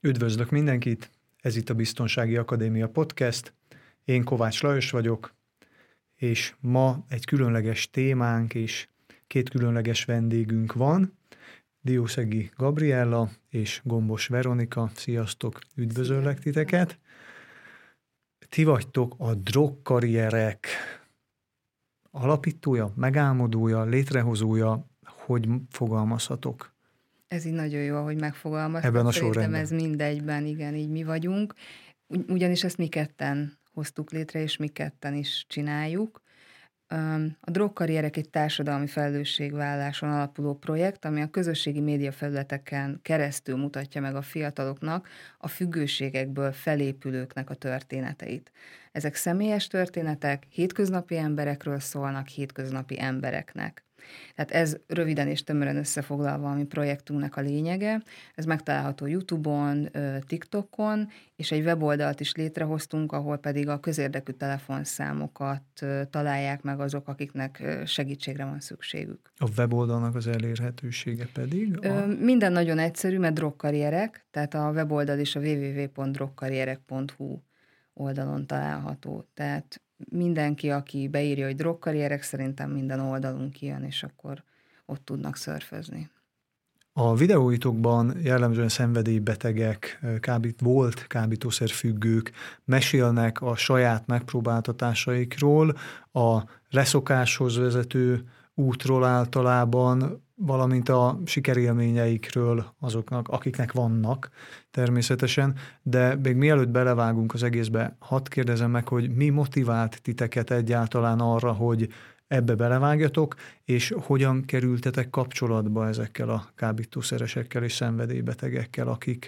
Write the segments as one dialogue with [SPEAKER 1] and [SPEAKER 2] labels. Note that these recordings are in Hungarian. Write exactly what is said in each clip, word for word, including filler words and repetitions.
[SPEAKER 1] Üdvözlök mindenkit, ez itt a Biztonsági Akadémia Podcast. Én Kovács Lajos vagyok, és ma egy különleges témánk és két különleges vendégünk van. Diószegi Gabriella és Gombos Veronika. Sziasztok, üdvözöllek titeket. Ti vagytok a drogkarrierek alapítója, megálmodója, létrehozója, hogy fogalmazhatok?
[SPEAKER 2] Ez így nagyon jó, ahogy megfogalmaztad.
[SPEAKER 1] Ebben a
[SPEAKER 2] Szerintem
[SPEAKER 1] sorrendben.
[SPEAKER 2] ez mindegyben, igen, így mi vagyunk. Ugy- ugyanis ezt mi ketten hoztuk létre, és mi ketten is csináljuk. A drogkarrierek egy társadalmi felelősségvállaláson alapuló projekt, ami a közösségi médiafelületeken keresztül mutatja meg a fiataloknak a függőségekből felépülőknek a történeteit. Ezek személyes történetek, hétköznapi emberekről szólnak, hétköznapi embereknek. Tehát ez röviden és tömören összefoglalva a mi projektunknak a lényege. Ez megtalálható YouTube-on, TikTokon, és egy weboldalt is létrehoztunk, ahol pedig a közérdekű telefonszámokat találják meg azok, akiknek segítségre van szükségük.
[SPEAKER 1] A weboldalnak az elérhetősége pedig? A...
[SPEAKER 2] Minden nagyon egyszerű, mert drogkarrierek, tehát a weboldal is a double-u double-u double-u pont drogkarrierek pont hu oldalon található. Tehát mindenki, aki beírja, hogy drogkarrierek, szerintem minden oldalunk kijön, és akkor ott tudnak szörfözni.
[SPEAKER 1] A videóitokban jellemzően szenvedélybetegek, kábít, volt kábítószerfüggők mesélnek a saját megpróbáltatásaikról, a leszokáshoz vezető útról általában, valamint a sikerélményeikről azoknak, akiknek vannak természetesen, de még mielőtt belevágunk az egészbe, hadd kérdezem meg, hogy mi motivált titeket egyáltalán arra, hogy ebbe belevágjatok, és hogyan kerültetek kapcsolatba ezekkel a kábítószeresekkel és szenvedélybetegekkel, akik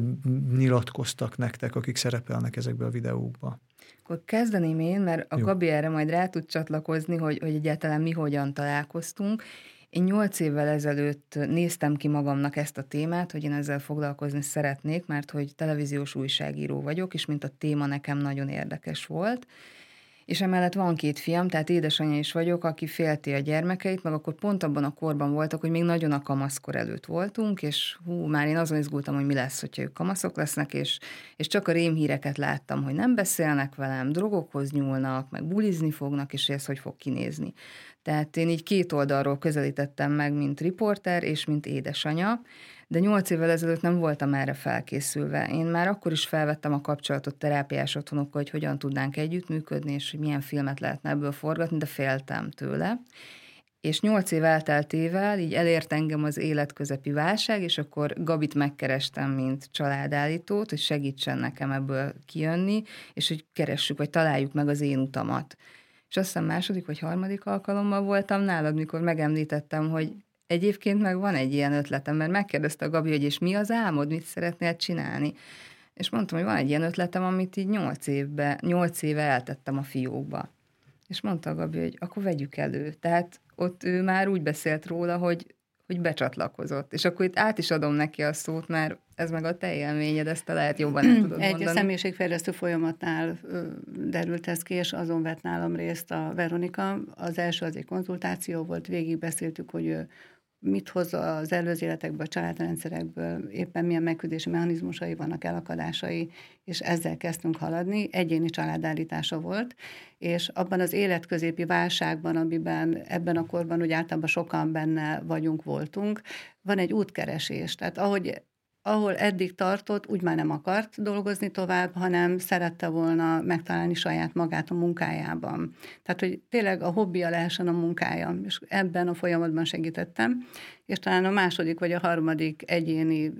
[SPEAKER 1] nyilatkoztak nektek, akik szerepelnek ezekben a videókban?
[SPEAKER 2] Akkor kezdeném én, mert a
[SPEAKER 1] Jó.
[SPEAKER 2] Gabi erre majd rá tud csatlakozni, hogy, hogy egyáltalán mi hogyan találkoztunk. Én nyolc évvel ezelőtt néztem ki magamnak ezt a témát, hogy én ezzel foglalkozni szeretnék, mert hogy televíziós újságíró vagyok, és mint a téma nekem nagyon érdekes volt. És emellett van két fiam, tehát édesanyja is vagyok, aki félti a gyermekeit, meg akkor pont abban a korban voltak, hogy még nagyon a kamaszkor előtt voltunk, és hú, már én azon izgultam, hogy mi lesz, hogyha ők kamaszok lesznek, és, és csak a rémhíreket láttam, hogy nem beszélnek velem, drogokhoz nyúlnak, meg bulizni fognak, és ez hogy fog kinézni. Tehát én így két oldalról közelítettem meg, mint riporter és mint édesanya, de nyolc évvel ezelőtt nem voltam erre felkészülve. Én már akkor is felvettem a kapcsolatot terápiás otthonokkal, hogy hogyan tudnánk együttműködni, és hogy milyen filmet lehetne ebből forgatni, de féltem tőle. És nyolc év elteltével így elért engem az életközepi válság, és akkor Gabit megkerestem, mint családállítót, hogy segítsen nekem ebből kijönni, és hogy keressük, vagy találjuk meg az én utamat. És azt hiszem második vagy harmadik alkalommal voltam nálad, mikor megemlítettem, hogy egyébként meg van egy ilyen ötletem, mert megkérdezte a Gabi, hogy és mi az álmod, mit szeretnél csinálni? És mondtam, hogy van egy ilyen ötletem, amit így nyolc évbe, nyolc éve eltettem a fiókba. És mondta a Gabi, hogy akkor vegyük elő. Tehát ott ő már úgy beszélt róla, hogy, hogy becsatlakozott. És akkor itt át is adom neki a szót, mert ez meg a te élményed, ezt te lehet jobban nem tudod
[SPEAKER 3] egy
[SPEAKER 2] mondani.
[SPEAKER 3] Egy személyiségfejlesztő folyamatnál ö, derült ez ki, és azon vett nálam részt a Veronika. Az első az egy konzultáció volt, végigbeszéltük, hogy ő mit hoz az előző életekből, a családrendszerekből, éppen milyen megküzdési mechanizmusai vannak, elakadásai, és ezzel kezdtünk haladni. Egyéni családállítása volt, és abban az életközépi válságban, amiben ebben a korban úgy általában sokan benne vagyunk, voltunk, van egy útkeresés. Tehát ahogy ahol eddig tartott, úgy már nem akart dolgozni tovább, hanem szerette volna megtalálni saját magát a munkájában. Tehát, hogy tényleg a hobbija lehessen a munkája, és ebben a folyamatban segítettem, és talán a második vagy a harmadik egyéni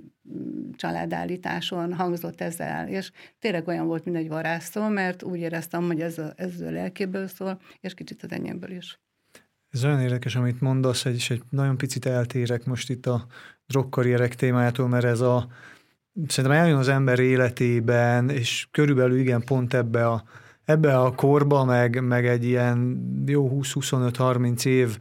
[SPEAKER 3] családállításon hangzott ez el, és tényleg olyan volt, mint egy varázsszó, mert úgy éreztem, hogy ez a, ez a lelkéből szól, és kicsit az enyémből is.
[SPEAKER 1] Ez olyan érdekes, amit mondasz, és egy nagyon picit eltérek most itt a drogkarrierek témájától, mert ez a, szerintem eljön az ember életében, és körülbelül igen pont ebbe a, ebbe a korba, meg, meg egy ilyen jó húsz-huszonöt-harminc év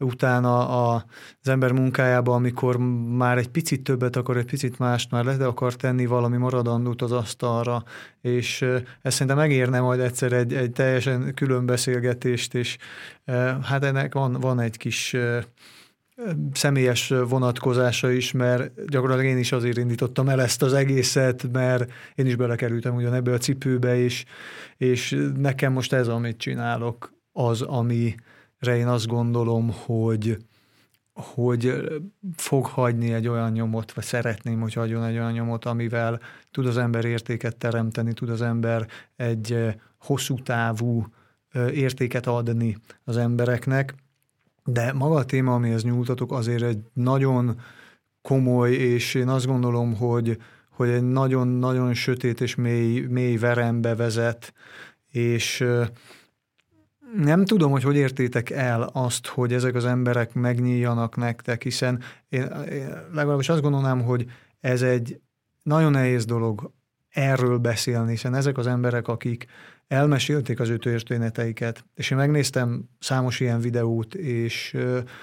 [SPEAKER 1] utána a, az ember munkájában, amikor már egy picit többet akar, egy picit mást már le akar tenni valami maradandót az asztalra, és ez szerintem megérne majd egyszer egy, egy teljesen külön beszélgetést, és hát ennek van, van egy kis személyes vonatkozása is, mert gyakorlatilag én is azért indítottam el ezt az egészet, mert én is belekerültem ugyan ebbe a cipőbe, és, és nekem most ez, amit csinálok, az, amire én azt gondolom, hogy, hogy fog hagyni egy olyan nyomot, vagy szeretném, hogy hagyjon egy olyan nyomot, amivel tud az ember értéket teremteni, tud az ember egy hosszú távú értéket adni az embereknek. De maga a téma, amihez nyújtatok, azért egy nagyon komoly, és én azt gondolom, hogy, hogy egy nagyon-nagyon sötét és mély, mély verembe vezet, és nem tudom, hogy hogy értétek el azt, hogy ezek az emberek megnyíljanak nektek, hiszen én, én legalábbis azt gondolnám, hogy ez egy nagyon nehéz dolog erről beszélni, hiszen ezek az emberek, akik elmesélték az ő történeteiket, és én megnéztem számos ilyen videót, és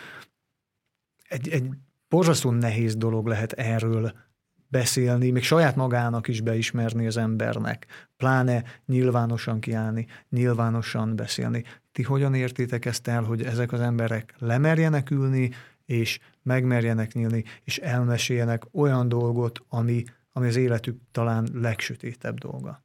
[SPEAKER 1] egy, egy borzasztó nehéz dolog lehet erről beszélni, még saját magának is beismerni az embernek, pláne nyilvánosan kiállni, nyilvánosan beszélni. Ti hogyan értétek ezt el, hogy ezek az emberek lemerjenek ülni, és megmerjenek nyílni, és elmeséljenek olyan dolgot, ami, ami az életük talán legsötétebb dolga?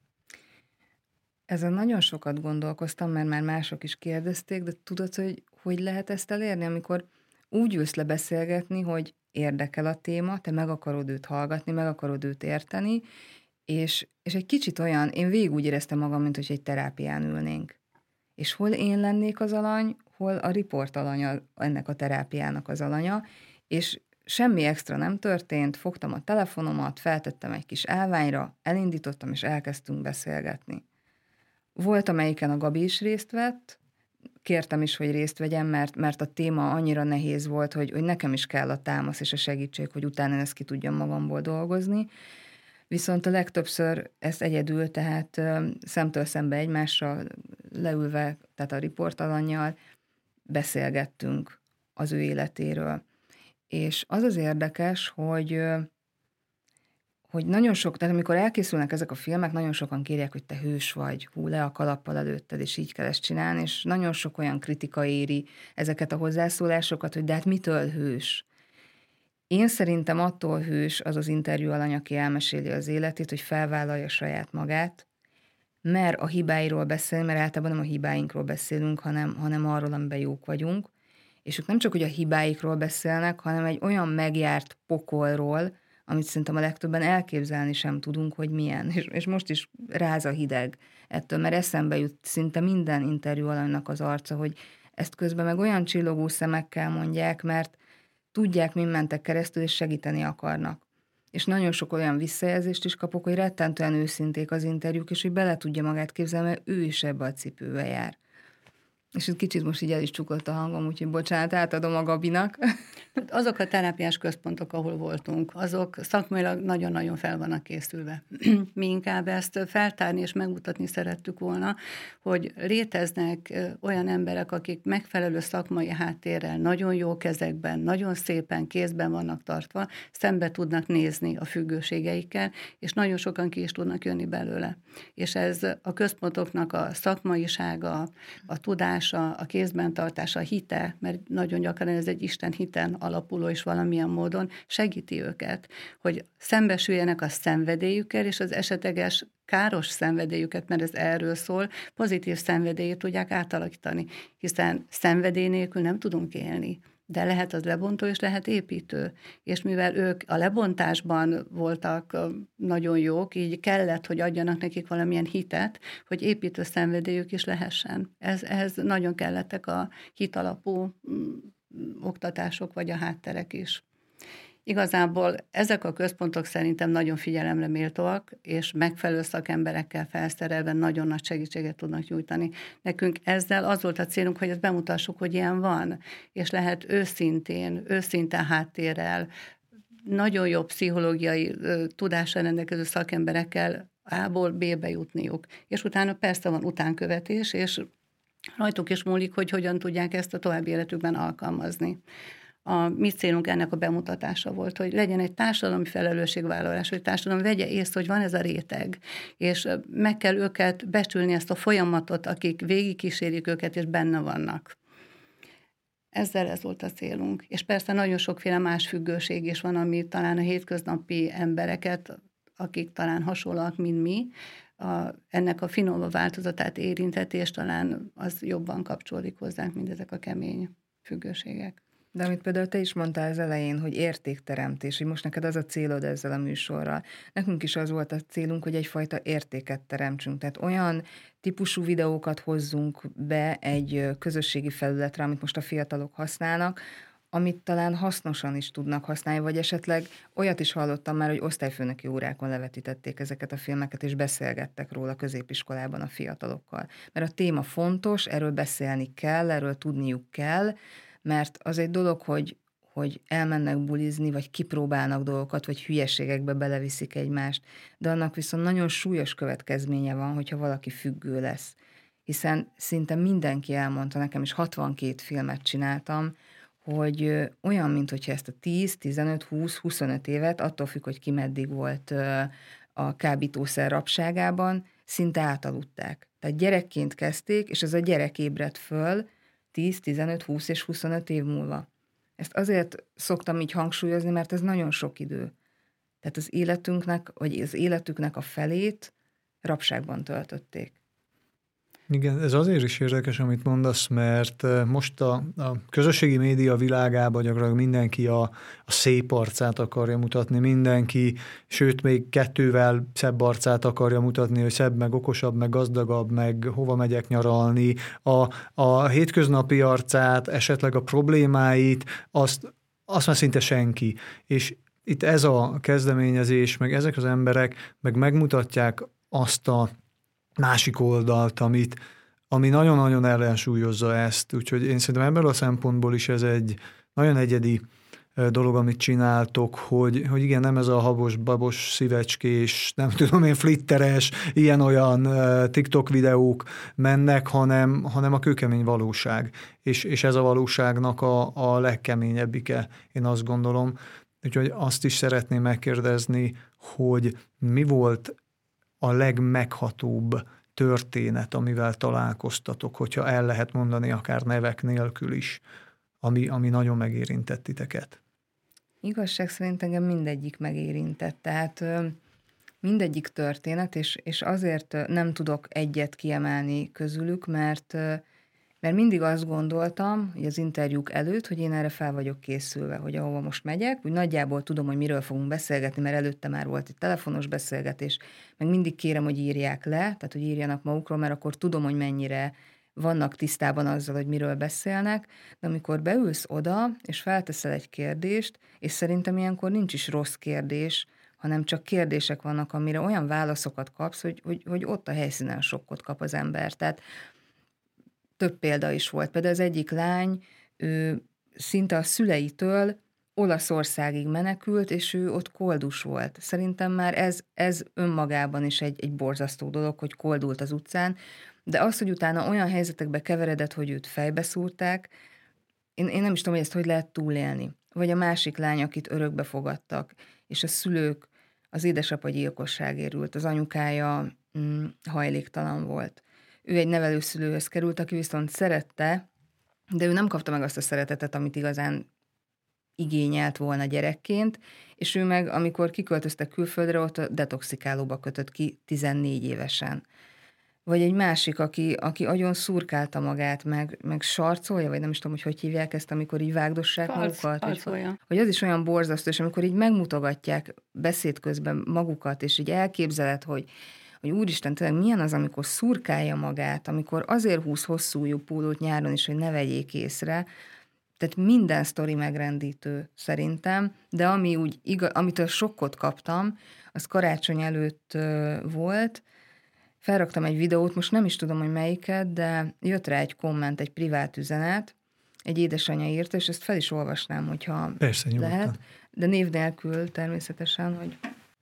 [SPEAKER 2] Ezen nagyon sokat gondolkoztam, mert már mások is kérdezték, de tudod, hogy hogy lehet ezt elérni, amikor úgy ülsz le beszélgetni, hogy érdekel a téma, te meg akarod őt hallgatni, meg akarod őt érteni, és, és egy kicsit olyan, én végig úgy éreztem magam, mint hogy egy terápián ülnénk. És hol én lennék az alany, hol a riport alanya ennek a terápiának az alanya, és semmi extra nem történt, fogtam a telefonomat, feltettem egy kis állványra, elindítottam, és elkezdtünk beszélgetni. Volt, amelyiken a Gabi is részt vett, kértem is, hogy részt vegyem, mert, mert a téma annyira nehéz volt, hogy, hogy nekem is kell a támasz és a segítség, hogy utána ezt ki tudjam magamból dolgozni. Viszont a legtöbbször ezt egyedül, tehát szemtől szembe egymásra leülve, tehát a riportalannyal beszélgettünk az ő életéről. És az az érdekes, hogy hogy nagyon sok, tehát amikor elkészülnek ezek a filmek, nagyon sokan kérják, hogy te hős vagy, hú, le a kalappal előtted, és így kell ezt csinálni, és nagyon sok olyan kritika éri ezeket a hozzászólásokat, hogy de hát mitől hős? Én szerintem attól hős az az interjú alany, aki elmeséli az életét, hogy felvállalja saját magát, mert a hibáiról beszél, mert általában nem a hibáinkról beszélünk, hanem, hanem arról, amiben jók vagyunk, és ők nem csak, hogy a hibáikról beszélnek, hanem egy olyan megjárt pokolról, amit szerintem a legtöbben elképzelni sem tudunk, hogy milyen. És, és most is ráz a hideg ettől, mert eszembe jut szinte minden interjú alanynak az arca, hogy ezt közben meg olyan csillogó szemekkel mondják, mert tudják, min mentek keresztül, és segíteni akarnak. És nagyon sok olyan visszajelzést is kapok, hogy rettentően őszinték az interjúk, és hogy bele tudja magát képzelni, mert ő is ebbe a cipőbe jár. És egy kicsit most így el is csukott a hangom, úgyhogy bocsánat, átadom a Gabinak.
[SPEAKER 3] Azok a terápiás központok, ahol voltunk, azok szakmailag nagyon-nagyon fel vannak készülve. Mi inkább ezt feltárni és megmutatni szerettük volna, hogy léteznek olyan emberek, akik megfelelő szakmai háttérrel, nagyon jó kezekben, nagyon szépen kézben vannak tartva, szembe tudnak nézni a függőségeikkel, és nagyon sokan ki is tudnak jönni belőle. És ez a központoknak a szakmaisága, a tudás, a kézben tartása, a hite, mert nagyon gyakran ez egy Isten hiten alapuló és valamilyen módon segíti őket, hogy szembesüljenek a szenvedélyükkel, és az esetleges káros szenvedélyüket, mert ez erről szól, pozitív szenvedélyét tudják átalakítani, hiszen szenvedély nélkül nem tudunk élni. De lehet az lebontó, és lehet építő. És mivel ők a lebontásban voltak nagyon jók, így kellett, hogy adjanak nekik valamilyen hitet, hogy építő szenvedélyük is lehessen. Ez, ehhez nagyon kellettek a hitalapú oktatások, vagy a hátterek is. Igazából ezek a központok szerintem nagyon figyelemre méltóak, és megfelelő szakemberekkel felszerelve nagyon nagy segítséget tudnak nyújtani. Nekünk ezzel az volt a célunk, hogy ezt bemutassuk, hogy ilyen van, és lehet őszintén, őszinte háttérrel, nagyon jó pszichológiai tudással rendelkező szakemberekkel A-ból B-be jutniuk. És utána persze van utánkövetés, és rajtuk is múlik, hogy hogyan tudják ezt a további életükben alkalmazni. A mi célunk ennek a bemutatása volt, hogy legyen egy társadalmi felelősségvállalás, hogy a társadalom vegye észre, hogy van ez a réteg, és meg kell őket becsülni, ezt a folyamatot, akik végigkísérik őket, és benne vannak. ezzel ez volt a célunk. És persze nagyon sokféle más függőség is van, ami talán a hétköznapi embereket, akik talán hasonlóak, mint mi, a, ennek a finomabb változatát érinteti, és talán az jobban kapcsolódik hozzánk, mint ezek a kemény függőségek.
[SPEAKER 2] De amit például te is mondtál az elején, hogy értékteremtés, hogy most neked az a célod ezzel a műsorral. Nekünk is az volt a célunk, hogy egyfajta értéket teremtsünk. Tehát olyan típusú videókat hozzunk be egy közösségi felületre, amit most a fiatalok használnak, amit talán hasznosan is tudnak használni, vagy esetleg olyat is hallottam már, hogy osztályfőnöki órákon levetítették ezeket a filmeket, és beszélgettek róla középiskolában a fiatalokkal. Mert a téma fontos, erről beszélni kell, erről tudniuk kell, mert az egy dolog, hogy, hogy elmennek bulizni, vagy kipróbálnak dolgokat, vagy hülyeségekbe beleviszik egymást, de annak viszont nagyon súlyos következménye van, hogyha valaki függő lesz. Hiszen szinte mindenki elmondta nekem, és hatvankét filmet csináltam, hogy olyan, mintha ezt a tíz, tizenöt, húsz, huszonöt évet, attól függ, hogy ki meddig volt a kábítószer rabságában, szinte átaludták. Tehát gyerekként kezdték, és ez a gyerek ébredt föl tíz, tizenöt, húsz és huszonöt év múlva. Ezt azért szoktam így hangsúlyozni, mert ez nagyon sok idő. Tehát az életünknek, vagy az életüknek a felét rabságban töltötték.
[SPEAKER 1] Igen, ez azért is érdekes, amit mondasz, mert most a, a közösségi média világában gyakorlatilag mindenki a, a szép arcát akarja mutatni, mindenki, sőt még kettővel szebb arcát akarja mutatni, hogy szebb, meg okosabb, meg gazdagabb, meg hova megyek nyaralni. A, a hétköznapi arcát, esetleg a problémáit, azt, azt már szinte senki. És itt ez a kezdeményezés, meg ezek az emberek meg megmutatják azt a másik oldalt, amit, ami nagyon-nagyon ellensúlyozza ezt. Úgyhogy én szerintem ebből a szempontból is ez egy nagyon egyedi dolog, amit csináltok, hogy, hogy igen, nem ez a habos-babos, szívecskés, nem tudom én, flitteres, ilyen-olyan TikTok videók mennek, hanem, hanem a kőkemény valóság. És, és ez a valóságnak a, a legkeményebbike, én azt gondolom. Úgyhogy azt is szeretném megkérdezni, hogy mi volt a legmeghatóbb történet, amivel találkoztatok, hogyha el lehet mondani akár nevek nélkül is, ami, ami nagyon megérintett titeket?
[SPEAKER 2] Igazság szerint engem mindegyik megérintett, tehát mindegyik történet, és, és azért nem tudok egyet kiemelni közülük, mert, mert mindig azt gondoltam, hogy az interjúk előtt, hogy én erre fel vagyok készülve, hogy ahova most megyek, úgy nagyjából tudom, hogy miről fogunk beszélgetni, mert előtte már volt egy telefonos beszélgetés, meg mindig kérem, hogy írják le, tehát hogy írjanak magukról, mert akkor tudom, hogy mennyire vannak tisztában azzal, hogy miről beszélnek, de amikor beülsz oda, és felteszel egy kérdést, és szerintem ilyenkor nincs is rossz kérdés, hanem csak kérdések vannak, amire olyan válaszokat kapsz, hogy, hogy, hogy ott a helyszínen sokkot kap az ember. Tehát több példa is volt. Például az egyik lány, ő szinte a szüleitől Olaszországig menekült, és ő ott koldus volt. Szerintem már ez, ez önmagában is egy, egy borzasztó dolog, hogy koldult az utcán, de az, hogy utána olyan helyzetekbe keveredett, hogy őt fejbe szúrták, én, én nem is tudom, hogy ezt hogy lehet túlélni. Vagy a másik lány, akit örökbe fogadtak, és a szülők, az édesapa gyilkosságért ült, az anyukája mm, hajléktalan volt. Ő egy nevelőszülőhöz került, aki viszont szerette, de ő nem kapta meg azt a szeretetet, amit igazán igényelt volna gyerekként, és ő meg, amikor kiköltöztek külföldre, ott a detoxikálóba kötött ki tizennégy évesen. Vagy egy másik, aki, aki agyon szurkálta magát, meg, meg sarcolja, vagy nem is tudom, hogy hogy hívják ezt, amikor így vágdossák
[SPEAKER 3] Karc,
[SPEAKER 2] magukat. Vagy, hogy az is olyan borzasztó, és amikor így megmutogatják beszéd közben magukat, és így elképzeled, hogy hogy úristen, tényleg milyen az, amikor szurkálja magát, amikor azért húz hosszú pólót nyáron is, hogy ne vegyék észre. Tehát minden sztori megrendítő szerintem, de ami úgy igaz, amitől sokkot kaptam, az karácsony előtt uh, volt. Felraktam egy videót, most nem is tudom, hogy melyiket, de jött rá egy komment, egy privát üzenet, egy édesanyja írta, és ezt fel is olvasnám, hogyha
[SPEAKER 1] Persze,
[SPEAKER 2] lehet, de név nélkül természetesen, hogy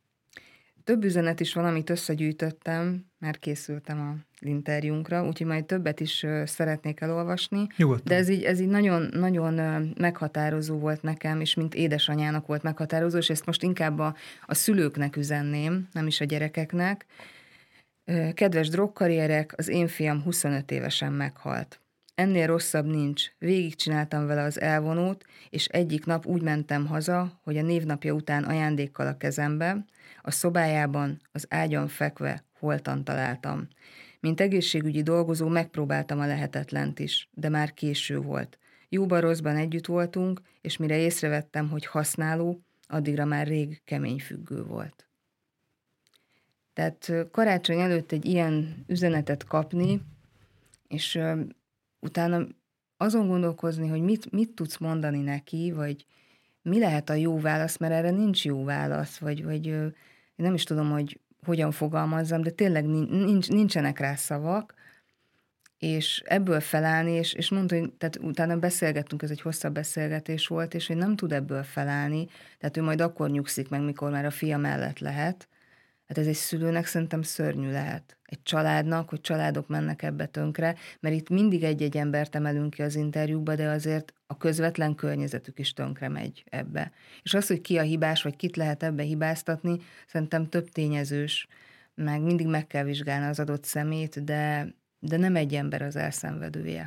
[SPEAKER 2] több üzenet is van, amit összegyűjtöttem, már készültem a interjúnkra, úgyhogy majd többet is szeretnék elolvasni.
[SPEAKER 1] Nyugodtan.
[SPEAKER 2] De ez így, ez így nagyon, nagyon meghatározó volt nekem, és mint édesanyának volt meghatározó, és ezt most inkább a, a szülőknek üzenném, nem is a gyerekeknek. Kedves drogkarrierek, az én fiam huszonöt évesen meghalt. Ennél rosszabb nincs. Végigcsináltam vele az elvonót, és egyik nap úgy mentem haza, hogy a névnapja után ajándékkal a kezembe, a szobájában, az ágyon fekve holtan találtam. Mint egészségügyi dolgozó megpróbáltam a lehetetlent is, de már késő volt. Jóban rosszban együtt voltunk, és mire észrevettem, hogy használó, addigra már rég kemény függő volt. Tehát karácsony előtt egy ilyen üzenetet kapni, és uh, utána azon gondolkozni, hogy mit, mit tudsz mondani neki, vagy mi lehet a jó válasz, mert erre nincs jó válasz, vagy, vagy uh, nem is tudom, hogy hogyan fogalmazzam, de tényleg nincs, nincsenek rá szavak, és ebből felállni, és, és mondta, hogy tehát utána beszélgettünk, ez egy hosszabb beszélgetés volt, és hogy nem tud ebből felállni, tehát ő majd akkor nyugszik meg, mikor már a fia mellett lehet. Hát ez egy szülőnek szerintem szörnyű lehet. Egy családnak, hogy családok mennek ebbe tönkre, mert itt mindig egy-egy embert emelünk ki az interjúkba, de azért a közvetlen környezetük is tönkre megy ebbe. És az, hogy ki a hibás, vagy kit lehet ebbe hibáztatni, szerintem több tényezős, meg mindig meg kell vizsgálni az adott szemét, de, de nem egy ember az elszenvedője.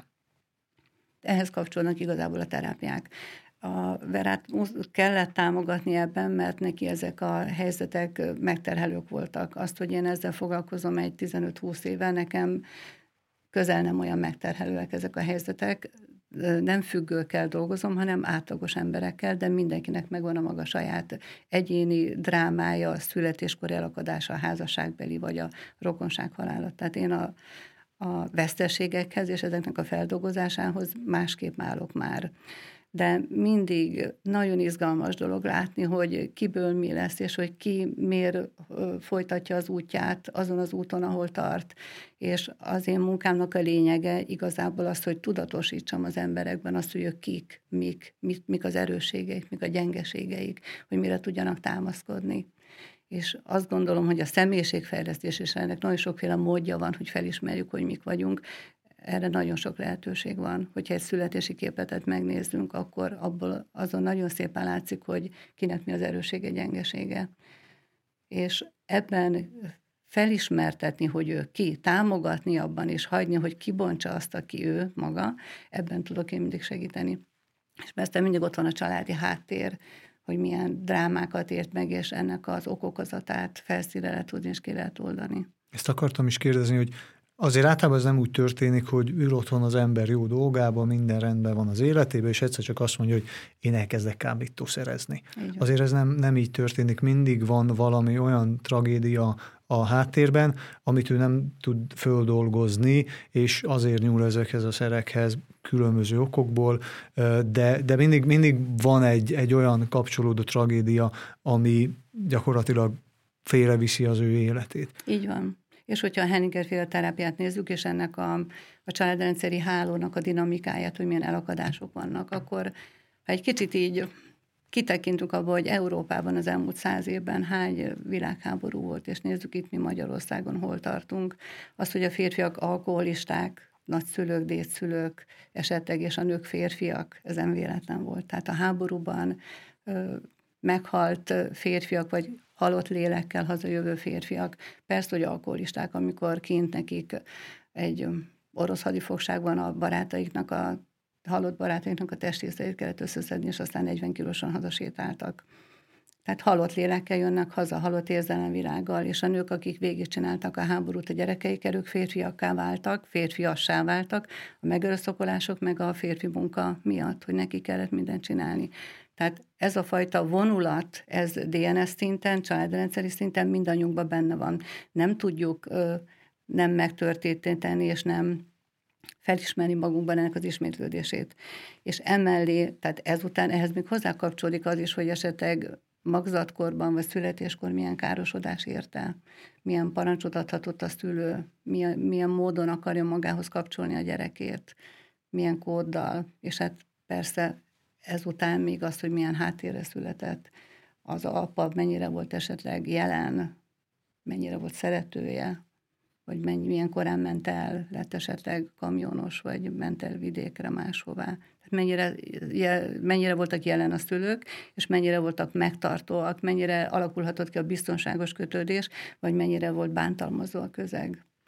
[SPEAKER 3] Ehhez kapcsolnak igazából a terápiák. A Verát kellett támogatni ebben, mert neki ezek a helyzetek megterhelők voltak. Azt, hogy én ezzel foglalkozom egy tizenöt-húsz éve, nekem közel nem olyan megterhelőek ezek a helyzetek. Nem függőkkel dolgozom, hanem átlagos emberekkel, de mindenkinek megvan a maga saját egyéni drámája, a születéskori elakadása, a házasságbeli vagy a rokonság halála. Tehát én a, a veszteségekhez és ezeknek a feldolgozásához másképp állok már. De mindig nagyon izgalmas dolog látni, hogy kiből mi lesz, és hogy ki miért folytatja az útját azon az úton, ahol tart. És az én munkámnak a lényege igazából az, hogy tudatosítsam az emberekben azt, hogy ők kik, mik, mik, mik az erősségeik, mik a gyengeségeik, hogy mire tudjanak támaszkodni. És azt gondolom, hogy a személyiségfejlesztés, és ennek nagyon sokféle módja van, hogy felismerjük, hogy mik vagyunk. Erre nagyon sok lehetőség van. Hogyha egy születési képletet megnézzünk, akkor abból azon nagyon szépen látszik, hogy kinek mi az erőssége, gyengesége. És ebben felismertetni, hogy ő ki, támogatni abban, és hagyni, hogy kibontsa azt, aki ő maga, ebben tudok én mindig segíteni. És persze mindig ott van a családi háttér, hogy milyen drámákat ért meg, és ennek az okokozatát felszínre lehet tudni, és ki lehet oldani.
[SPEAKER 1] Ezt akartam is kérdezni, hogy azért általában ez nem úgy történik, hogy ül otthon az ember jó dolgában, minden rendben van az életében, és egyszer csak azt mondja, hogy én elkezdek kábítószerezni. Azért ez nem, nem így történik, mindig van valami olyan tragédia a háttérben, amit ő nem tud földolgozni, és azért nyúl ezekhez a szerekhez különböző okokból, de, de mindig, mindig van egy, egy olyan kapcsolódó tragédia, ami gyakorlatilag félreviszi az ő életét.
[SPEAKER 3] Így van. És hogyha a Henninger-féle terápiát nézzük, és ennek a, a családrendszeri hálónak a dinamikáját, hogy milyen elakadások vannak, akkor ha egy kicsit így kitekintünk abba, hogy Európában az elmúlt száz évben hány világháború volt, és nézzük itt mi Magyarországon hol tartunk, az, hogy a férfiak alkoholisták, nagyszülők, dédszülők esetleg, és a nők férfiak, ez nem véletlen volt. Tehát a háborúban ö, meghalt férfiak, vagy halott lélekkel hazajövő férfiak, persze, hogy alkoholisták, amikor kint nekik egy orosz hadifogságban a barátaiknak, a halott barátaiknak a testrészeit kellett összeszedni, és aztán negyven kilósan hazasétáltak. Tehát halott lélekkel jönnek haza, halott érzelemvilággal, és a nők, akik végigcsináltak a háborút a gyerekeikkel, ők férfiakká váltak, férfiassá váltak, a megerőszakolások meg a férfi munka miatt, hogy neki kellett mindent csinálni. Tehát ez a fajta vonulat, ez dé en es szinten, családrendszeri szinten mindannyiunkban benne van. Nem tudjuk ö, nem megtörténteni, és nem felismerni magunkban ennek az ismétlődését. És emellé, tehát ezután ehhez még hozzá kapcsolódik az is, hogy esetleg magzatkorban vagy születéskor milyen károsodás érte, milyen parancsot adhatott a szülő, milyen, milyen módon akarja magához kapcsolni a gyerekét, milyen kóddal, és hát persze ezután még az, hogy milyen háttérre született, az apa mennyire volt esetleg jelen, mennyire volt szeretője, vagy mennyi, milyen korán ment el, lett esetleg kamionos, vagy ment el vidékre máshová. Tehát mennyire, mennyire voltak jelen a szülők, és mennyire voltak megtartóak, mennyire alakulhatott ki a biztonságos kötődés, vagy mennyire volt bántalmazó a közeg.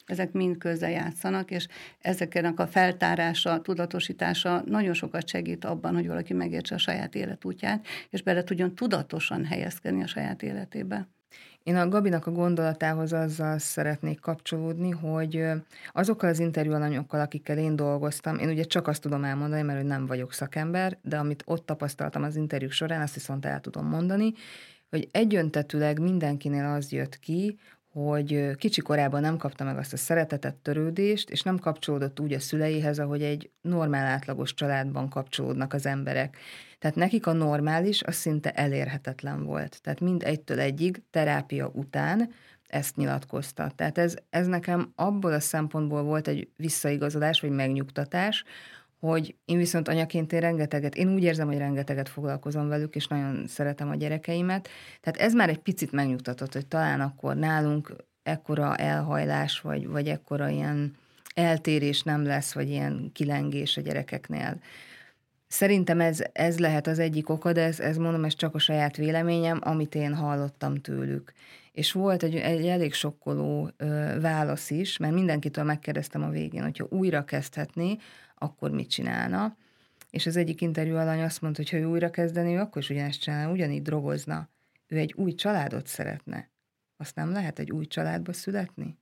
[SPEAKER 3] ezek mind közre játszanak, és ezeknek a feltárása, tudatosítása nagyon sokat segít abban, hogy valaki megértse a saját életútját, és bele tudjon tudatosan helyezkedni a saját életébe.
[SPEAKER 2] Én a Gabinak a gondolatához azzal szeretnék kapcsolódni, hogy azokkal az interjúalanyokkal, akikkel én dolgoztam, én ugye csak azt tudom elmondani, mert nem vagyok szakember, de amit ott tapasztaltam az interjúk során, azt viszont el tudom mondani, hogy egyöntetűleg mindenkinél az jött ki, hogy kicsi korában nem kapta meg azt a szeretetet, törődést, és nem kapcsolódott úgy a szüleihez, ahogy egy normál átlagos családban kapcsolódnak az emberek. Tehát nekik a normális, az szinte elérhetetlen volt. Tehát mind egytől egyig, terápia után ezt nyilatkozta. Tehát ez, ez nekem abból a szempontból volt egy visszaigazolás, vagy megnyugtatás, hogy én viszont anyaként én rengeteget, én úgy érzem, hogy rengeteget foglalkozom velük, és nagyon szeretem a gyerekeimet. Tehát ez már egy picit megnyugtatott, hogy talán akkor nálunk ekkora elhajlás, vagy, vagy ekkora ilyen eltérés nem lesz, vagy ilyen kilengés a gyerekeknél. Szerintem ez, ez lehet az egyik oka, de ez, ez mondom, ez csak a saját véleményem, amit én hallottam tőlük. És volt egy, egy elég sokkoló ö, válasz is, mert mindenkitől megkérdeztem a végén, hogyha újra kezdhetné, akkor mit csinálna. És az egyik interjú alany azt mondta, hogy ha ő újra kezdené, ő akkor is ugyanezt csinálna, ugyanígy drogozna. Ő egy új családot szeretne. Azt nem lehet egy új családba születni?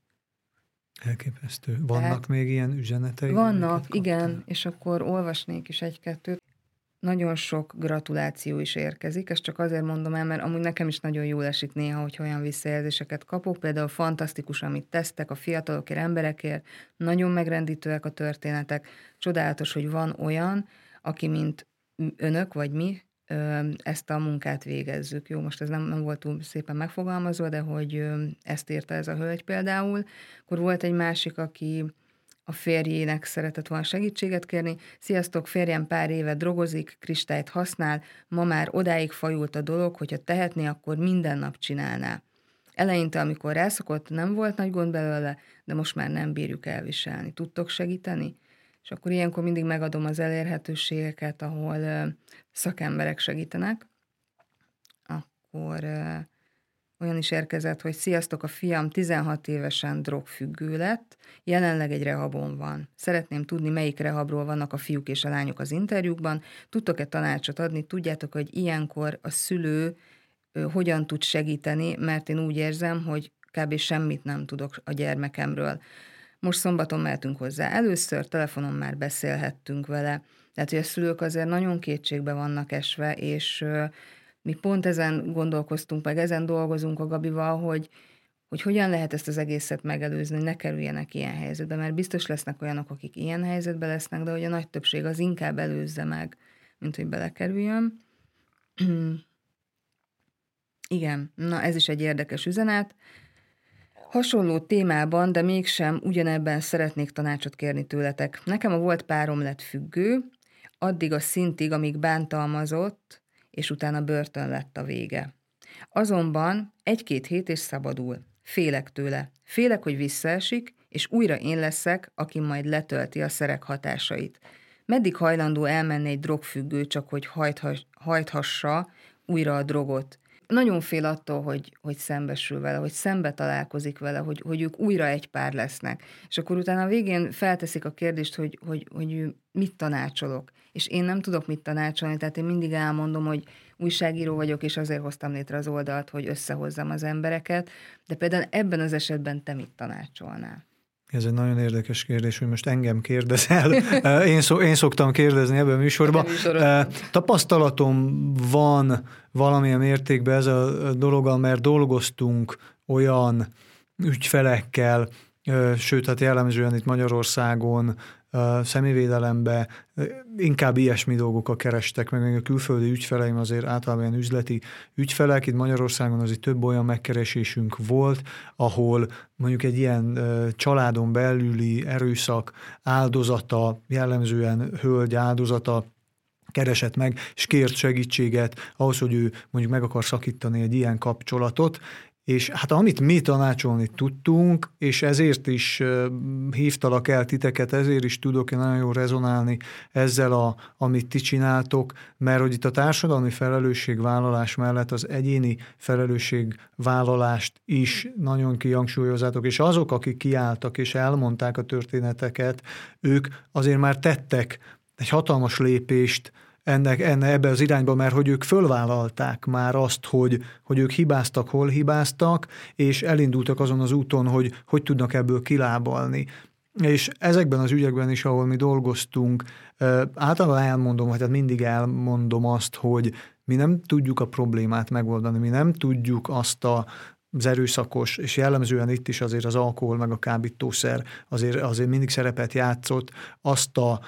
[SPEAKER 1] Elképesztő. Vannak Tehát még ilyen üzenetei?
[SPEAKER 2] Vannak, igen, és akkor olvasnék is egy-kettőt. Nagyon sok gratuláció is érkezik, ezt csak azért mondom el, mert amúgy nekem is nagyon jól esik néha, hogy olyan visszajelzéseket kapok, például fantasztikus, amit tesztek a fiatalokért, emberekért, nagyon megrendítőek a történetek, csodálatos, hogy van olyan, aki mint önök, vagy mi, ezt a munkát végezzük. Jó, most ez nem, nem volt túl szépen megfogalmazva, de hogy ezt írta ez a hölgy például. Akkor volt egy másik, aki a férjének szeretett volna segítséget kérni. Sziasztok, férjem pár éve drogozik, kristályt használ, ma már odáig fajult a dolog, hogyha tehetné, akkor minden nap csinálná. Eleinte, amikor rászokott, nem volt nagy gond belőle, de most már nem bírjuk elviselni. Tudtok segíteni? És akkor ilyenkor mindig megadom az elérhetőségeket, ahol uh, szakemberek segítenek. Akkor uh, olyan is érkezett, hogy sziasztok, a fiam tizenhat évesen drogfüggő lett, jelenleg egy rehabon van. Szeretném tudni, melyik rehabról vannak a fiúk és a lányok az interjúkban. Tudtok-e tanácsot adni? Tudjátok, hogy ilyenkor a szülő uh, hogyan tud segíteni, mert én úgy érzem, hogy kb. Semmit nem tudok a gyermekemről. Most szombaton mehetünk hozzá. Először telefonon már beszélhettünk vele. Tehát, hogy a szülők azért nagyon kétségbe vannak esve, és uh, mi pont ezen gondolkoztunk, meg ezen dolgozunk a Gabival, hogy, hogy hogyan lehet ezt az egészet megelőzni, hogy ne kerüljenek ilyen helyzetbe, mert biztos lesznek olyanok, akik ilyen helyzetben lesznek, de hogy a nagy többség az inkább előzze meg, mint hogy belekerüljön. Igen, na ez is egy érdekes üzenet. Hasonló témában, de mégsem ugyanebben szeretnék tanácsot kérni tőletek. Nekem a volt párom lett függő, addig a szintig, amíg bántalmazott, és utána börtön lett a vége. Azonban egy-két hét és szabadul. Félek tőle. Félek, hogy visszaesik, és újra én leszek, aki majd letölti a szerek hatásait. Meddig hajlandó elmenni egy drogfüggő, csak hogy hajthass, hajthassa újra a drogot? Nagyon fél attól, hogy, hogy szembesül vele, hogy szembe találkozik vele, hogy, hogy ők újra egy pár lesznek. És akkor utána a végén felteszik a kérdést, hogy, hogy, hogy mit tanácsolok. És én nem tudok mit tanácsolni, tehát én mindig elmondom, hogy újságíró vagyok, és azért hoztam létre az oldalt, hogy összehozzam az embereket, de például ebben az esetben te mit tanácsolnál?
[SPEAKER 1] Ez egy nagyon érdekes kérdés, hogy most engem kérdezel. Én, szok, én szoktam kérdezni ebben a műsorban. Tapasztalatom van valamilyen mértékben ez a dologgal, mert dolgoztunk olyan ügyfelekkel, sőt, hát jellemzően itt Magyarországon, személyvédelembe, inkább ilyesmi dolgokkal kerestek meg, a külföldi ügyfeleim azért általában ilyen üzleti ügyfelek, itt Magyarországon azért több olyan megkeresésünk volt, ahol mondjuk egy ilyen családon belüli erőszak áldozata, jellemzően hölgy áldozata keresett meg, és kért segítséget ahhoz, hogy ő mondjuk meg akar szakítani egy ilyen kapcsolatot, És hát amit mi tanácsolni tudtunk, és ezért is hívtalak el titeket, ezért is tudok én nagyon jól rezonálni ezzel, a, amit ti csináltok, mert hogy itt a társadalmi felelősségvállalás mellett az egyéni felelősségvállalást is nagyon kihangsúlyozzátok, és azok, akik kiálltak és elmondták a történeteket, ők azért már tettek egy hatalmas lépést ennek, ennek ebbe az irányba, mert hogy ők fölvállalták már azt, hogy, hogy ők hibáztak, hol hibáztak, és elindultak azon az úton, hogy hogy tudnak ebből kilábalni. És ezekben az ügyekben is, ahol mi dolgoztunk, általában elmondom, vagy hát mindig elmondom azt, hogy mi nem tudjuk a problémát megoldani, mi nem tudjuk azt a az erőszakos, és jellemzően itt is azért az alkohol meg a kábítószer azért, azért mindig szerepet játszott, azt a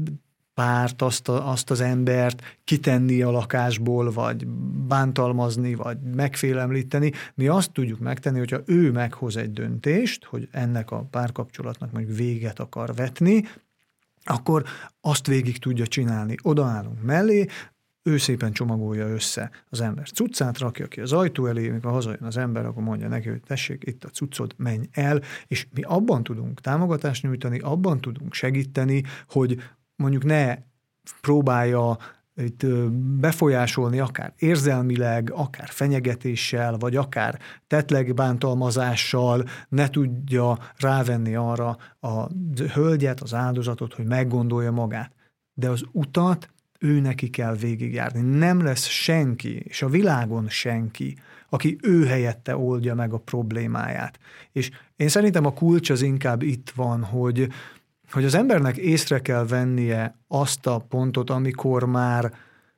[SPEAKER 1] párt, azt, a, azt az embert kitenni a lakásból, vagy bántalmazni, vagy megfélemlíteni. Mi azt tudjuk megtenni, hogyha ő meghoz egy döntést, hogy ennek a párkapcsolatnak meg véget akar vetni, akkor azt végig tudja csinálni. Odaállunk mellé, ő szépen csomagolja össze az ember cuccát, rakja ki az ajtó elé, amikor hazajön az ember, akkor mondja neki, hogy tessék, itt a cuccod, menj el, és mi abban tudunk támogatást nyújtani, abban tudunk segíteni, hogy mondjuk ne próbálja itt befolyásolni akár érzelmileg, akár fenyegetéssel, vagy akár tetleg bántalmazással, ne tudja rávenni arra a hölgyet, az áldozatot, hogy meggondolja magát. De az utat ő neki kell végigjárni. Nem lesz senki, és a világon senki, aki ő helyette oldja meg a problémáját. És én szerintem a kulcs az inkább itt van, hogy hogy az embernek észre kell vennie azt a pontot, amikor már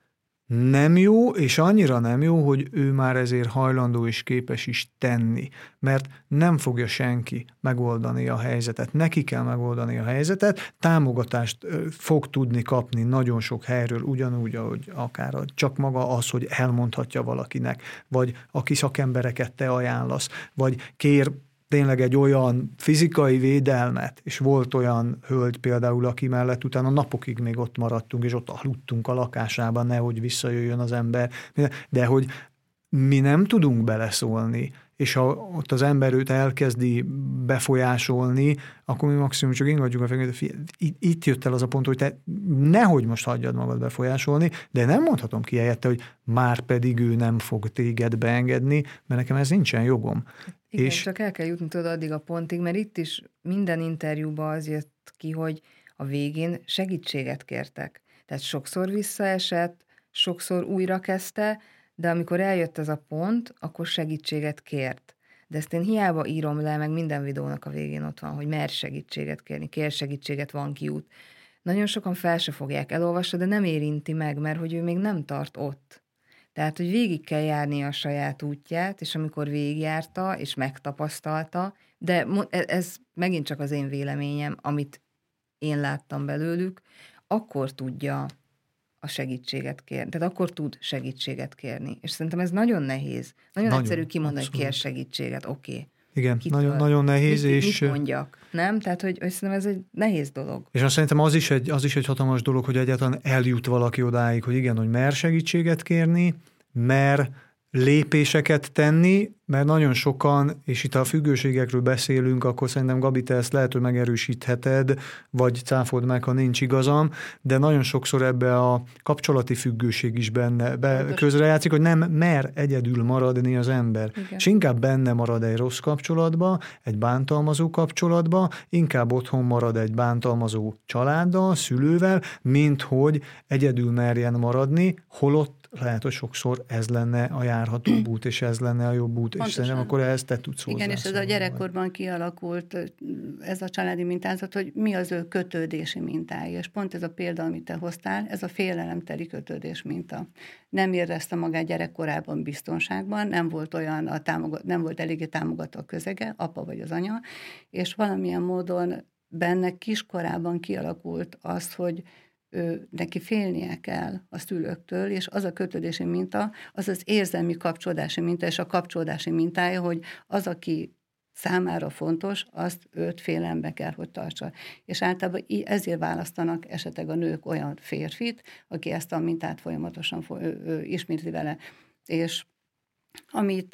[SPEAKER 1] nem jó, és annyira nem jó, hogy ő már ezért hajlandó és képes is tenni. Mert nem fogja senki megoldani a helyzetet. Neki kell megoldani a helyzetet, támogatást fog tudni kapni nagyon sok helyről, ugyanúgy, ahogy akár csak maga az, hogy elmondhatja valakinek, vagy aki szakembereket te ajánlasz, vagy kér tényleg egy olyan fizikai védelmet, és volt olyan hölgy például, aki mellett utána napokig még ott maradtunk, és ott aludtunk a lakásában, nehogy visszajöjjön az ember, de hogy mi nem tudunk beleszólni, és ha ott az ember őt elkezdi befolyásolni, akkor mi maximum csak ingatjuk a fejünket, itt jött el az a pont, hogy te nehogy most hagyjad magad befolyásolni, de nem mondhatom ki helyette, hogy már pedig ő nem fog téged beengedni, mert nekem ez nincsen jogom.
[SPEAKER 2] Igen,
[SPEAKER 1] és
[SPEAKER 2] csak el kell jutni tudod addig a pontig, mert itt is minden interjúban az jött ki, hogy a végén segítséget kértek. Tehát sokszor visszaesett, sokszor újra kezdte, de amikor eljött ez a pont, akkor segítséget kért. De ezt én hiába írom le, meg minden videónak a végén ott van, hogy mer segítséget kérni, kér segítséget, van kiút. Nagyon sokan fel se fogják elolvasni, de nem érinti meg, mert hogy ő még nem tart ott. Tehát, hogy végig kell járni a saját útját, és amikor végigjárta, és megtapasztalta, de ez megint csak az én véleményem, amit én láttam belőlük, akkor tudja a segítséget kérni. Tehát akkor tud segítséget kérni. És szerintem ez nagyon nehéz. Nagyon, nagyon egyszerű kimondani, hogy kér segítséget, oké. Okay.
[SPEAKER 1] Igen, nagyon, nagyon nehéz.
[SPEAKER 2] Mit,
[SPEAKER 1] és
[SPEAKER 2] mit mondjak? Nem? Tehát, hogy, hogy szerintem ez egy nehéz dolog.
[SPEAKER 1] És azt szerintem az is, egy, az is egy hatalmas dolog, hogy egyáltalán eljut valaki odáig, hogy igen, hogy mer segítséget kérni, mer lépéseket tenni, mert nagyon sokan, és itt ha a függőségekről beszélünk, akkor szerintem Gabi, te ezt lehet, hogy megerősítheted, vagy cáfold meg, ha nincs igazam, de nagyon sokszor ebbe a kapcsolati függőség is benne be közrejátszik, hogy nem mer egyedül maradni az ember. Igen. És inkább benne marad egy rossz kapcsolatba, egy bántalmazó kapcsolatba, inkább otthon marad egy bántalmazó családdal, szülővel, mint hogy egyedül merjen maradni, holott lehet, hogy sokszor ez lenne a járható út, és ez lenne a jobb út, pontosan. És szerintem akkor ezt te tudsz hozzá.
[SPEAKER 3] Igen, és ez a gyerekkorban kialakult ez a családi mintázat, hogy mi az ő kötődési mintája. És pont ez a példa, amit te hoztál, ez a félelemteli kötődés minta. Nem érezte magát gyerekkorában biztonságban, nem volt olyan, a támogat, nem volt eléggé támogató a közege, apa vagy az anya, és valamilyen módon benne kiskorában kialakult az, hogy ő, neki félnie kell a szülőktől, és az a kötődési minta, az az érzelmi kapcsolódási minta, és a kapcsolódási mintája, hogy az, aki számára fontos, azt őt félelembe kell, hogy tartsa. És általában ezért választanak esetleg a nők olyan férfit, aki ezt a mintát folyamatosan ismétli vele. És amit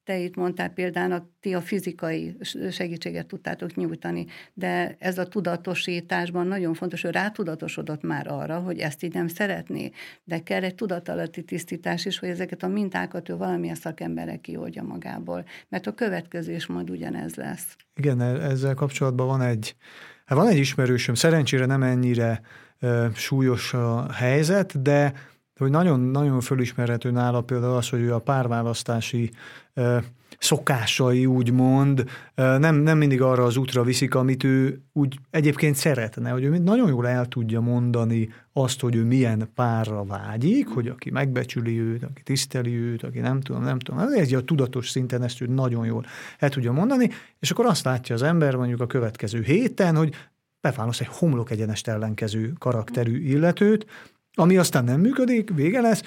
[SPEAKER 3] te itt mondtál például, ti a fizikai segítséget tudtátok nyújtani, de ez a tudatosításban nagyon fontos, hogy rátudatosodott már arra, hogy ezt így nem szeretné, de kell egy tudatalatti tisztítás is, hogy ezeket a mintákat ő valamilyen szakemberek kioldja magából, mert a következő is majd ugyanez lesz.
[SPEAKER 1] Igen, ezzel kapcsolatban van egy, hát van egy ismerősöm, szerencsére nem ennyire uh, súlyos a helyzet, de hogy nagyon-nagyon fölismerhető nála például az, hogy ő a párválasztási uh, szokásai úgymond uh, nem, nem mindig arra az útra viszik, amit ő úgy egyébként szeretne, hogy ő nagyon jól el tudja mondani azt, hogy ő milyen párra vágyik, hogy aki megbecsüli őt, aki tiszteli őt, aki nem tudom, nem tudom. Ez a tudatos szinten ezt ő nagyon jól el tudja mondani, és akkor azt látja az ember mondjuk a következő héten, hogy beválaszt egy homlok egyenest ellenkező karakterű illetőt, ami aztán nem működik, vége lesz,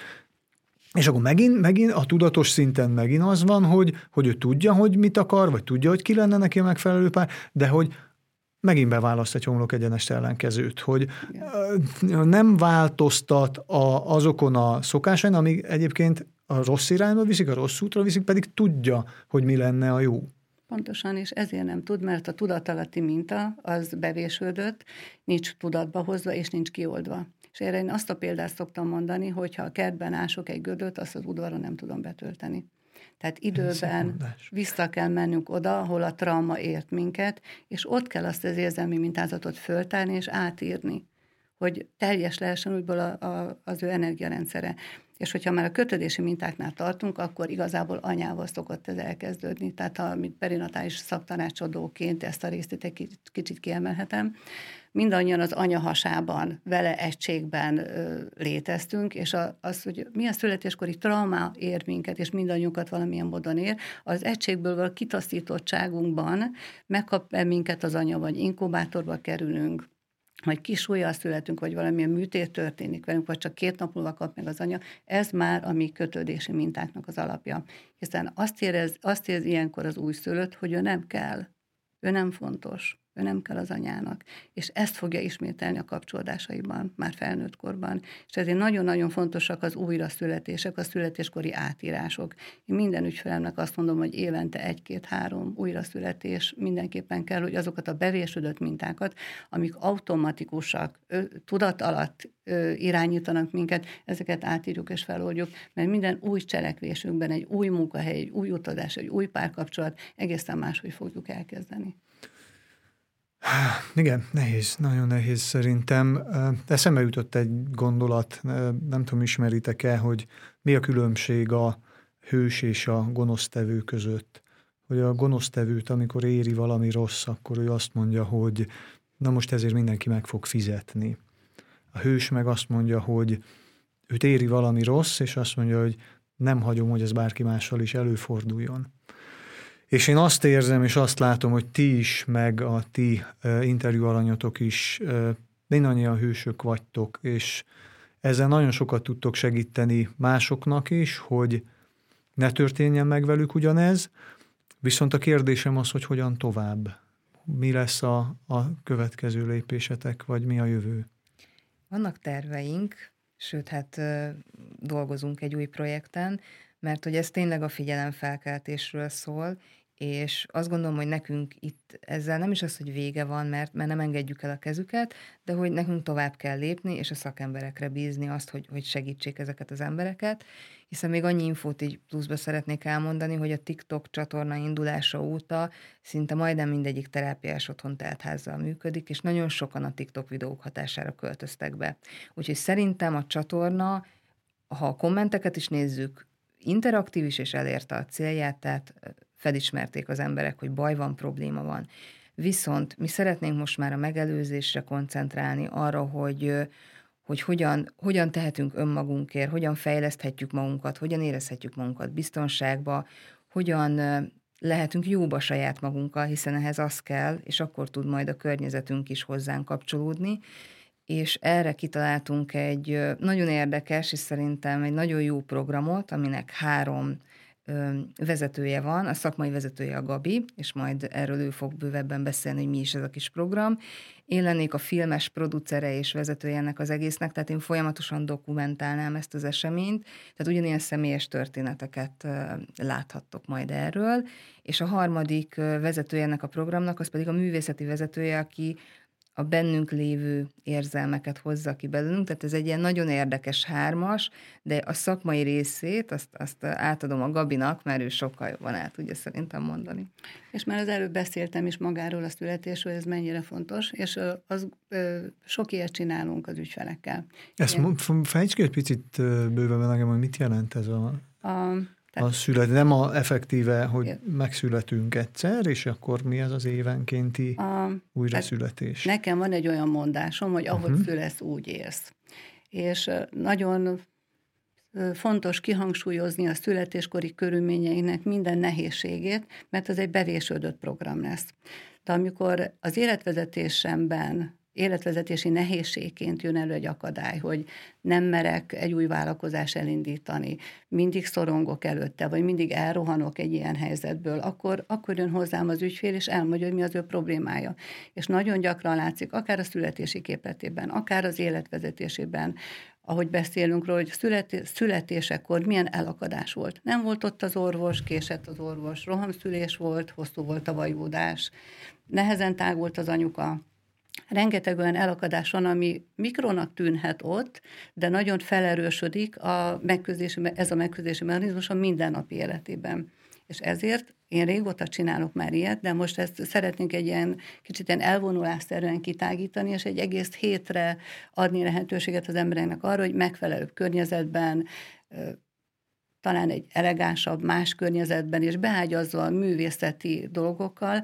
[SPEAKER 1] és akkor megint, megint a tudatos szinten megint az van, hogy, hogy ő tudja, hogy mit akar, vagy tudja, hogy ki lenne neki a megfelelő pár, de hogy megint beválaszt egy homlok egyenest ellenkezőt, hogy igen. Nem változtat a, azokon a szokásain, amik egyébként a rossz irányba viszik, a rossz útra viszik, pedig tudja, hogy mi lenne a jó.
[SPEAKER 3] Pontosan, és ezért nem tud, mert a tudatalatti minta az bevésődött, nincs tudatba hozva, és nincs kioldva. És erre én azt a példát szoktam mondani, hogy ha a kertben ások egy gödöt, azt az udvaron nem tudom betölteni. Tehát időben vissza kell mennünk oda, ahol a trauma ért minket, és ott kell azt az érzelmi mintázatot föltárni és átírni, hogy teljes lehessen úgyból a, a, az ő energiarendszere. És hogyha már a kötődési mintáknál tartunk, akkor igazából anyával szokott ez elkezdődni. Tehát ha mint perinatális szaktanácsadóként ezt a részt itt egy kicsit, kicsit kiemelhetem, mindannyian az anya hasában, vele egységben ö, léteztünk, és a, az, hogy milyen születéskori trauma ér minket, és mindannyiunkat valamilyen módon ér, az egységből való kitaszítottságunkban megkap minket az anya, vagy inkubátorba kerülünk, vagy kis ujjal születünk, vagy valamilyen műtét történik velünk, vagy csak két nap múlva kap meg az anya, ez már a mi kötődési mintáknak az alapja. Hiszen azt érez, azt érez ilyenkor az újszülött, hogy ő nem kell, ő nem fontos, ő nem kell az anyának. És ezt fogja ismételni a kapcsolódásaiban, már felnőtt korban. És ezért nagyon-nagyon fontosak az újraszületések, a születéskori átírások. Én minden ügyfelemnek azt mondom, hogy évente egy-két-három újraszületés mindenképpen kell, hogy azokat a bevésődött mintákat, amik automatikusak, tudat alatt irányítanak minket, ezeket átírjuk és feloldjuk, mert minden új cselekvésünkben egy új munkahely, egy új utazás, egy új párkapcsolat egészen máshogy fogjuk elkezdeni.
[SPEAKER 1] Igen, nehéz, nagyon nehéz szerintem. Eszembe jutott egy gondolat, nem tudom, ismeritek-e, hogy mi a különbség a hős és a gonosztevő között. Hogy a gonosztevőt, amikor éri valami rossz, akkor ő azt mondja, hogy na most ezért mindenki meg fog fizetni. A hős meg azt mondja, hogy őt éri valami rossz, és azt mondja, hogy nem hagyom, hogy ez bárki mással is előforduljon. És én azt érzem, és azt látom, hogy ti is, meg a ti uh, interjú alanyatok is uh, mindannyian hősök vagytok, és ezzel nagyon sokat tudtok segíteni másoknak is, hogy ne történjen meg velük ugyanez, viszont a kérdésem az, hogy hogyan tovább. Mi lesz a, a következő lépésetek, vagy mi a jövő?
[SPEAKER 2] Vannak terveink, sőt, hát uh, dolgozunk egy új projekten, mert hogy ez tényleg a figyelemfelkeltésről szól, és azt gondolom, hogy nekünk itt ezzel nem is az, hogy vége van, mert, mert nem engedjük el a kezüket, de hogy nekünk tovább kell lépni, és a szakemberekre bízni azt, hogy, hogy segítsék ezeket az embereket, hiszen még annyi infót így pluszba szeretnék elmondani, hogy a TikTok csatorna indulása óta szinte majdnem mindegyik terápiás otthon teltházzal működik, és nagyon sokan a TikTok videók hatására költöztek be. Úgyhogy szerintem a csatorna, ha a kommenteket is nézzük, interaktív is, és elérte a célját, tehát felismerték az emberek, hogy baj van, probléma van. Viszont mi szeretnénk most már a megelőzésre koncentrálni, arra, hogy, hogy hogyan, hogyan tehetünk önmagunkért, hogyan fejleszthetjük magunkat, hogyan érezhetjük magunkat biztonságba, hogyan lehetünk jóba saját magunkkal, hiszen ehhez az kell, és akkor tud majd a környezetünk is hozzánk kapcsolódni, és erre kitaláltunk egy nagyon érdekes, és szerintem egy nagyon jó programot, aminek három vezetője van, a szakmai vezetője a Gabi, és majd erről ő fog bővebben beszélni, hogy mi is ez a kis program. Én lennék a filmes producere és vezetője ennek az egésznek, tehát én folyamatosan dokumentálnám ezt az eseményt, tehát ugyanilyen személyes történeteket láthattok majd erről, és a harmadik vezetője ennek a programnak, az pedig a művészeti vezetője, aki a bennünk lévő érzelmeket hozza ki belőlünk, tehát ez egy ilyen nagyon érdekes hármas, de a szakmai részét azt, azt átadom a Gabinak, mert ő sokkal jobban el tudja szerintem mondani.
[SPEAKER 3] És már az előbb beszéltem is magáról a születésről, ez mennyire fontos, és az, sok ilyet csinálunk az ügyfelekkel.
[SPEAKER 1] Ezt fejtsd ki egy picit bővebben nekem, hogy mit jelent ez a... a... A szület, nem a effektíve, hogy ja. megszületünk egyszer, és akkor mi az az évenkénti a, újraszületés?
[SPEAKER 3] Nekem van egy olyan mondásom, hogy ahogy uh-huh. szülesz, úgy élsz. És nagyon fontos kihangsúlyozni a születéskori körülményeinek minden nehézségét, mert az egy bevésődött program lesz. De amikor az életvezetésemben életvezetési nehézségként jön elő egy akadály, hogy nem merek egy új vállalkozás elindítani, mindig szorongok előtte, vagy mindig elrohanok egy ilyen helyzetből, akkor, akkor jön hozzám az ügyfél, és elmondja, hogy mi az ő problémája. És nagyon gyakran látszik, akár a születési képletében, akár az életvezetésében, ahogy beszélünk róla, hogy születés, születésekor milyen elakadás volt. Nem volt ott az orvos, késett az orvos, rohamszülés volt, hosszú volt a vajúdás, nehezen tágult az anyuka. Rengeteg olyan elakadás van, ami mikronak tűnhet ott, de nagyon felerősödik a megküzdési, ez a megküzdési mechanizmus a mindennapi életében. És ezért én régóta csinálok már ilyet, de most ezt szeretnénk egy ilyen kicsit ilyen elvonulásszerűen kitágítani, és egy egész hétre adni lehetőséget az embereknek arra, hogy megfelelő környezetben, talán egy elegánsabb, más környezetben, és beágyazva a művészeti dolgokkal,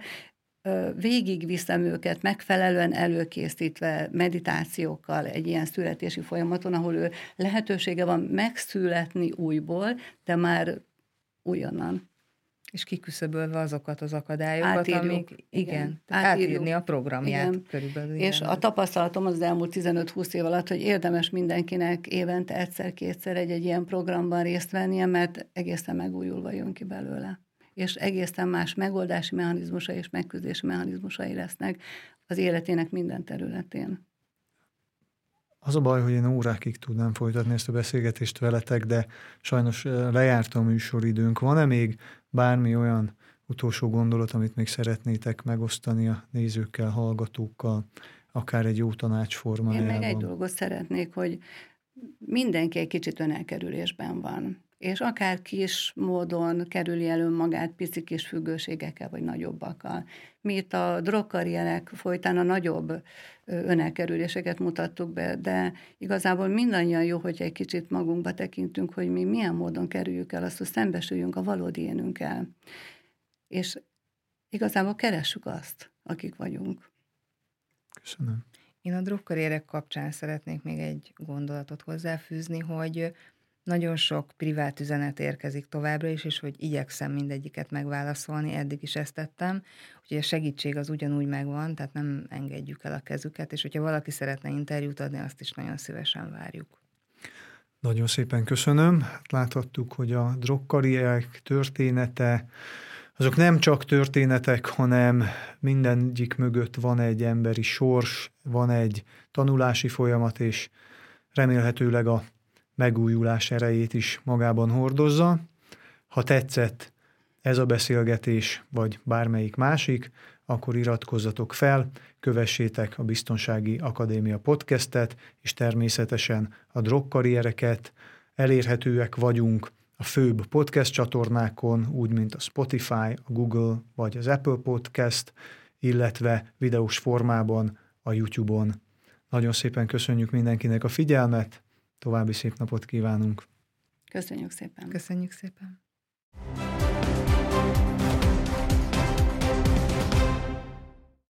[SPEAKER 3] végigviszem őket megfelelően előkészítve meditációkkal egy ilyen születési folyamaton, ahol ő lehetősége van megszületni újból, de már újonnan.
[SPEAKER 2] És kiküszöbölve azokat az akadályokat,
[SPEAKER 3] átírjuk,
[SPEAKER 2] amik, igen,
[SPEAKER 3] igen
[SPEAKER 2] átírni a programját
[SPEAKER 3] igen.
[SPEAKER 2] körülbelül.
[SPEAKER 3] És
[SPEAKER 2] igen.
[SPEAKER 3] a tapasztalatom az elmúlt tizenöt-húsz év alatt, hogy érdemes mindenkinek évente egyszer-kétszer egy-egy ilyen programban részt vennie, mert egészen megújulva jön ki belőle. És egészen más megoldási mechanizmusai és megküzdési mechanizmusai lesznek az életének minden területén.
[SPEAKER 1] Az a baj, hogy én órákig tudnám folytatni ezt a beszélgetést veletek, de sajnos lejárt a műsoridőnk. Van-e még bármi olyan utolsó gondolat, amit még szeretnétek megosztani a nézőkkel, hallgatókkal, akár egy jó tanács formájában?
[SPEAKER 3] Én meg egy dolgot szeretnék, hogy mindenki egy kicsit önelkerülésben van, és akár kis módon kerüli el önmagát pici kis függőségekkel, vagy nagyobbakkal. Mi itt a drogkarrierek folytán a nagyobb önelkerüléseket mutattuk be, de igazából mindannyian jó, hogy egy kicsit magunkba tekintünk, hogy mi milyen módon kerüljük el azt, hogy szembesüljünk a valódi énünkkel. És igazából keressük azt, akik vagyunk.
[SPEAKER 1] Köszönöm.
[SPEAKER 2] Én a drogkarrierek kapcsán szeretnék még egy gondolatot hozzáfűzni, hogy nagyon sok privát üzenet érkezik továbbra is, és hogy igyekszem mindegyiket megválaszolni, eddig is ezt tettem, úgyhogy a segítség az ugyanúgy megvan, tehát nem engedjük el a kezüket, és hogyha valaki szeretne interjút adni, azt is nagyon szívesen várjuk.
[SPEAKER 1] Nagyon szépen köszönöm. Láthattuk, hogy a drogkarrierek története, azok nem csak történetek, hanem mindegyik mögött van egy emberi sors, van egy tanulási folyamat, és remélhetőleg a megújulás erejét is magában hordozza. Ha tetszett ez a beszélgetés, vagy bármelyik másik, akkor iratkozzatok fel, kövessétek a Biztonsági Akadémia podcastet, és természetesen a drogkarriereket. Elérhetőek vagyunk a főbb podcast csatornákon, úgy, mint a Spotify, a Google vagy az Apple Podcast, illetve videós formában a YouTube-on. Nagyon szépen köszönjük mindenkinek a figyelmet, további szép napot kívánunk!
[SPEAKER 3] Köszönjük szépen!
[SPEAKER 2] Köszönjük szépen!